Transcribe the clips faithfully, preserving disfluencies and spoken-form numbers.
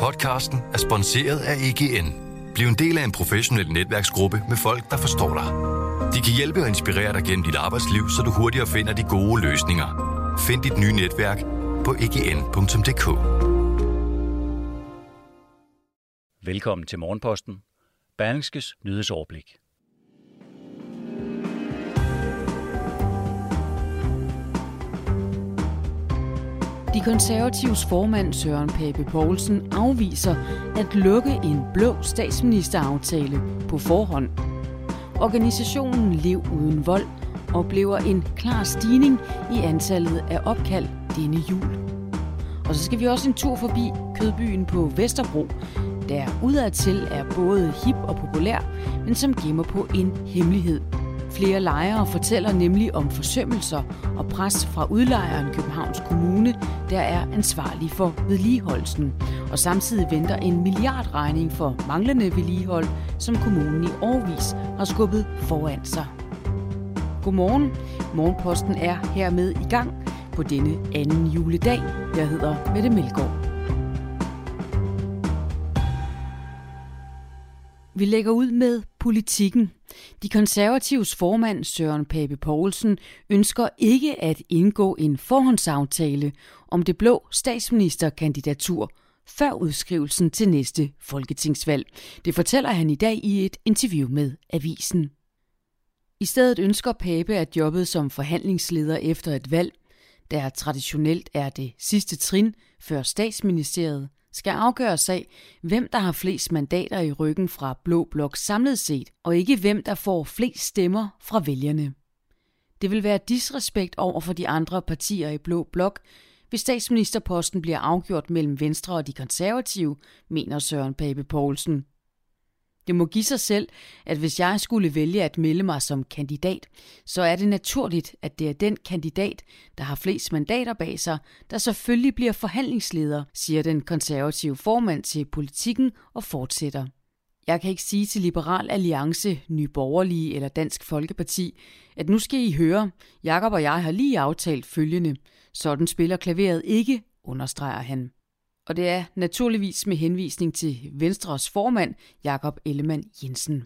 Podcasten er sponsoreret af E G N. Bliv en del af en professionel netværksgruppe med folk, der forstår dig. De kan hjælpe og inspirere dig gennem dit arbejdsliv, så du hurtigere finder de gode løsninger. Find dit nye netværk på e g n punktum d k. Velkommen til Morgenposten, Berlingskes nyhedsoverblik. De konservatives formand Søren Pape Poulsen afviser at lukke en blå statsministeraftale på forhånd. Organisationen Lev Uden Vold oplever en klar stigning i antallet af opkald denne jul. Og så skal vi også en tur forbi Kødbyen på Vesterbro, der udadtil er både hip og populær, men som gemmer på en hemmelighed. Flere lejere fortæller nemlig om forsømmelser og pres fra udlejeren Københavns Kommune, der er ansvarlig for vedligeholdelsen. Og samtidig venter en milliardregning for manglende vedligehold, som kommunen i årevis har skubbet foran sig. Godmorgen. Morgenposten er hermed i gang på denne anden juledag. Jeg hedder Mette Melgaard. Vi lægger ud med politikken. De konservatives formand Søren Pape Poulsen ønsker ikke at indgå en forhåndsaftale om det blå statsministerkandidatur før udskrivelsen til næste folketingsvalg. Det fortæller han i dag i et interview med avisen. I stedet ønsker Pape at jobbet som forhandlingsleder efter et valg, der traditionelt er det sidste trin før statsministeriet, skal afgøres af, hvem der har flest mandater i ryggen fra Blå Blok samlet set, og ikke hvem der får flest stemmer fra vælgerne. Det vil være disrespekt over for de andre partier i Blå Blok, hvis statsministerposten bliver afgjort mellem Venstre og de konservative, mener Søren Pape Poulsen. Det må give sig selv, at hvis jeg skulle vælge at melde mig som kandidat, så er det naturligt, at det er den kandidat, der har flest mandater bag sig, der selvfølgelig bliver forhandlingsleder, siger den konservative formand til Politikken og fortsætter. Jeg kan ikke sige til Liberal Alliance, Nye Borgerlige eller Dansk Folkeparti, at nu skal I høre, Jakob og jeg har lige aftalt følgende. Sådan spiller klaveret ikke, understreger han. Og det er naturligvis med henvisning til Venstres formand, Jakob Ellemann-Jensen.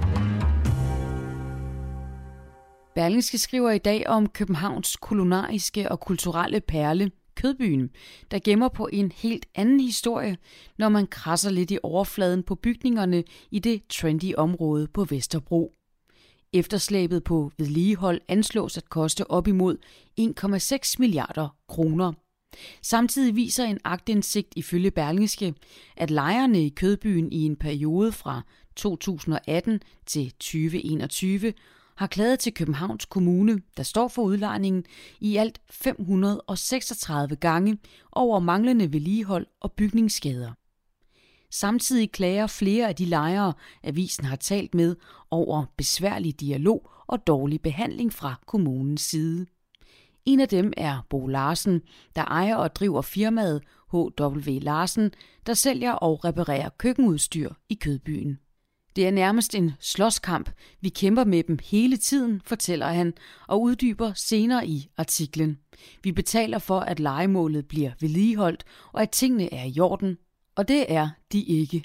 Berlingske skriver i dag om Københavns kulinariske og kulturelle perle, Kødbyen, der gemmer på en helt anden historie, når man krasser lidt i overfladen på bygningerne i det trendy område på Vesterbro. Efterslæbet på vedligehold anslås at koste op imod en komma seks milliarder kroner. Samtidig viser en aktindsigt ifølge Berlingske, at lejerne i Kødbyen i en periode fra to tusind og atten til tyve enogtyve har klaget til Københavns Kommune, der står for udlejningen, i alt fem hundrede og seksogtredive gange over manglende vedligehold og bygningsskader. Samtidig klager flere af de lejere, avisen har talt med, over besværlig dialog og dårlig behandling fra kommunens side. En af dem er Bo Larsen, der ejer og driver firmaet H W Larsen, der sælger og reparerer køkkenudstyr i Kødbyen. Det er nærmest en slåskamp. Vi kæmper med dem hele tiden, fortæller han og uddyber senere i artiklen. Vi betaler for, at lejemålet bliver vedligeholdt og at tingene er i orden, og det er de ikke.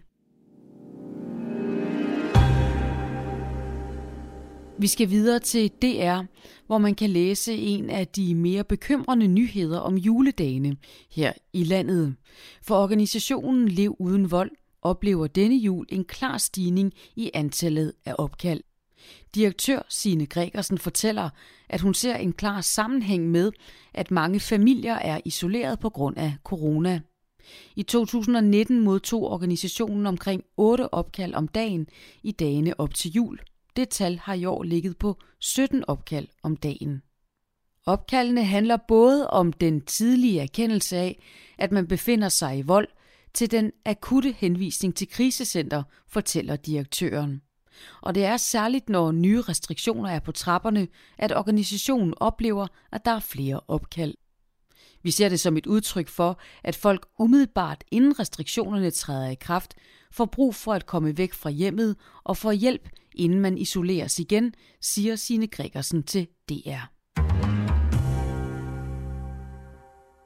Vi skal videre til D R, hvor man kan læse en af de mere bekymrende nyheder om juledagene her i landet. For organisationen Lev Uden Vold oplever denne jul en klar stigning i antallet af opkald. Direktør Signe Gregersen fortæller, at hun ser en klar sammenhæng med, at mange familier er isoleret på grund af corona. I to tusind og nitten modtog organisationen omkring otte opkald om dagen i dagene op til jul. Det tal har i år ligget på sytten opkald om dagen. Opkaldene handler både om den tidlige erkendelse af, at man befinder sig i vold, til den akutte henvisning til krisecenter, fortæller direktøren. Og det er særligt, når nye restriktioner er på trapperne, at organisationen oplever, at der er flere opkald. Vi ser det som et udtryk for, at folk umiddelbart inden restriktionerne træder i kraft, får brug for at komme væk fra hjemmet og få hjælp, inden man isoleres igen, siger Signe Gregersen til D R.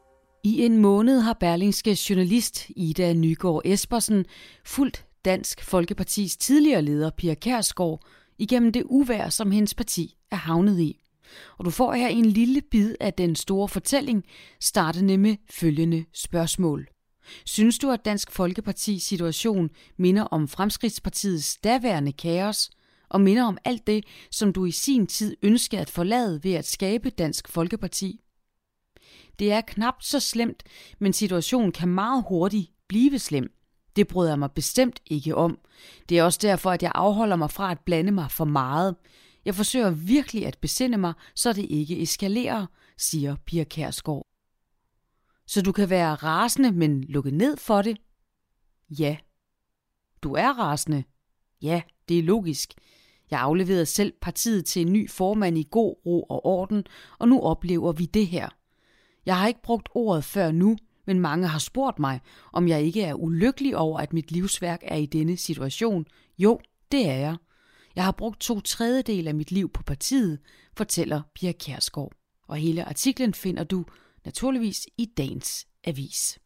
I en måned har Berlingske journalist Ida Nygård Espersen fulgt Dansk Folkepartis tidligere leder Pia Kjærsgaard igennem det uvejr, som hendes parti er havnet i. Og du får her en lille bid af den store fortælling, startende med følgende spørgsmål. Synes du, at Dansk Folkepartis situation minder om Fremskridtspartiets daværende kaos, og minder om alt det, som du i sin tid ønskede at forlade ved at skabe Dansk Folkeparti? Det er knap så slemt, men situationen kan meget hurtigt blive slem. Det bryder jeg mig bestemt ikke om. Det er også derfor, at jeg afholder mig fra at blande mig for meget. Jeg forsøger virkelig at besinde mig, så det ikke eskalerer, siger Pia Kjærsgaard. Så du kan være rasende, men lukke ned for det? Ja. Du er rasende? Ja, det er logisk. Jeg afleverede selv partiet til en ny formand i god ro og orden, og nu oplever vi det her. Jeg har ikke brugt ordet før nu, men mange har spurgt mig, om jeg ikke er ulykkelig over, at mit livsværk er i denne situation. Jo, det er jeg. Jeg har brugt to tredjedel af mit liv på partiet, fortæller Pia Kjærsgaard. Og hele artiklen finder du naturligvis i dagens avis.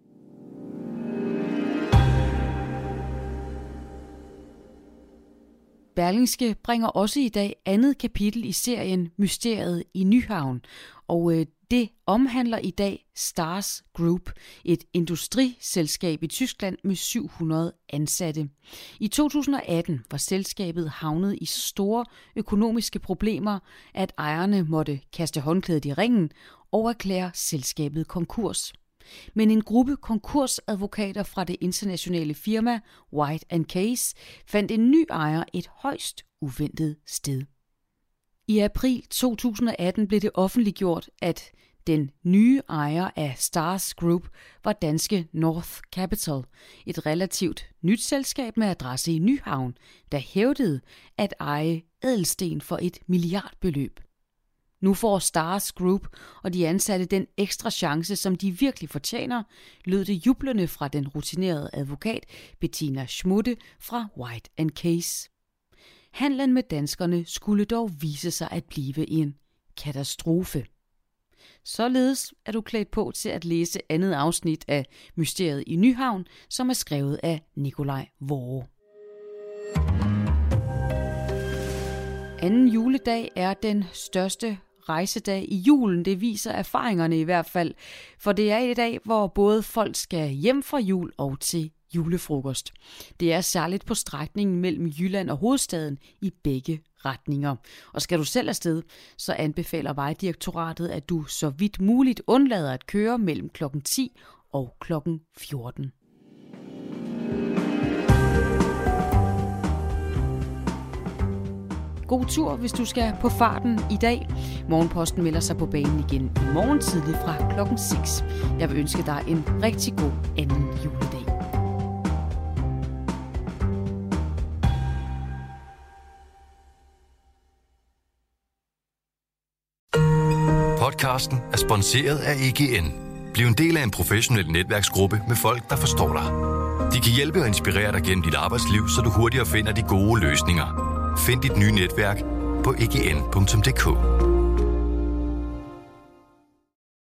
Berlingske bringer også i dag andet kapitel i serien Mysteriet i Nyhavn, og øh, det omhandler i dag Stars Group, et industriselskab i Tyskland med syv hundrede ansatte. I to tusind og atten var selskabet havnet i så store økonomiske problemer, at ejerne måtte kaste håndklædet i ringen og erklære selskabet konkurs. Men en gruppe konkursadvokater fra det internationale firma White and Case fandt en ny ejer et højst uventet sted. I april to tusind og atten blev det offentliggjort, at den nye ejer af Stars Group var danske North Capital, et relativt nyt selskab med adresse i Nyhavn, der hævdede at eje ædelsten for et milliardbeløb. Nu får Stars Group og de ansatte den ekstra chance, som de virkelig fortjener, lød det jublende fra den rutinerede advokat Bettina Schmutte fra White and Case. Handlen med danskerne skulle dog vise sig at blive en katastrofe. Således er du klædt på til at læse andet afsnit af Mysteriet i Nyhavn, som er skrevet af Nikolaj Vore. Anden juledag er den største rejsedag i julen, det viser erfaringerne i hvert fald, for det er i dag, hvor både folk skal hjem fra jul og til julefrokost. Det er særligt på strækningen mellem Jylland og hovedstaden i begge retninger. Og skal du selv afsted, så anbefaler Vejdirektoratet, at du så vidt muligt undlader at køre mellem klokken ti og klokken fjorten. God tur, hvis du skal på farten i dag. Morgenposten melder sig på banen igen i morgen tidlig fra klokken seks. Jeg vil ønske dig en rigtig god anden juledag. Podcasten er sponsoreret af E G N. Bliv en del af en professionel netværksgruppe med folk, der forstår dig. De kan hjælpe og inspirere dig gennem dit arbejdsliv, så du hurtigere finder de gode løsninger. Find dit nye netværk på e g n punktum d k.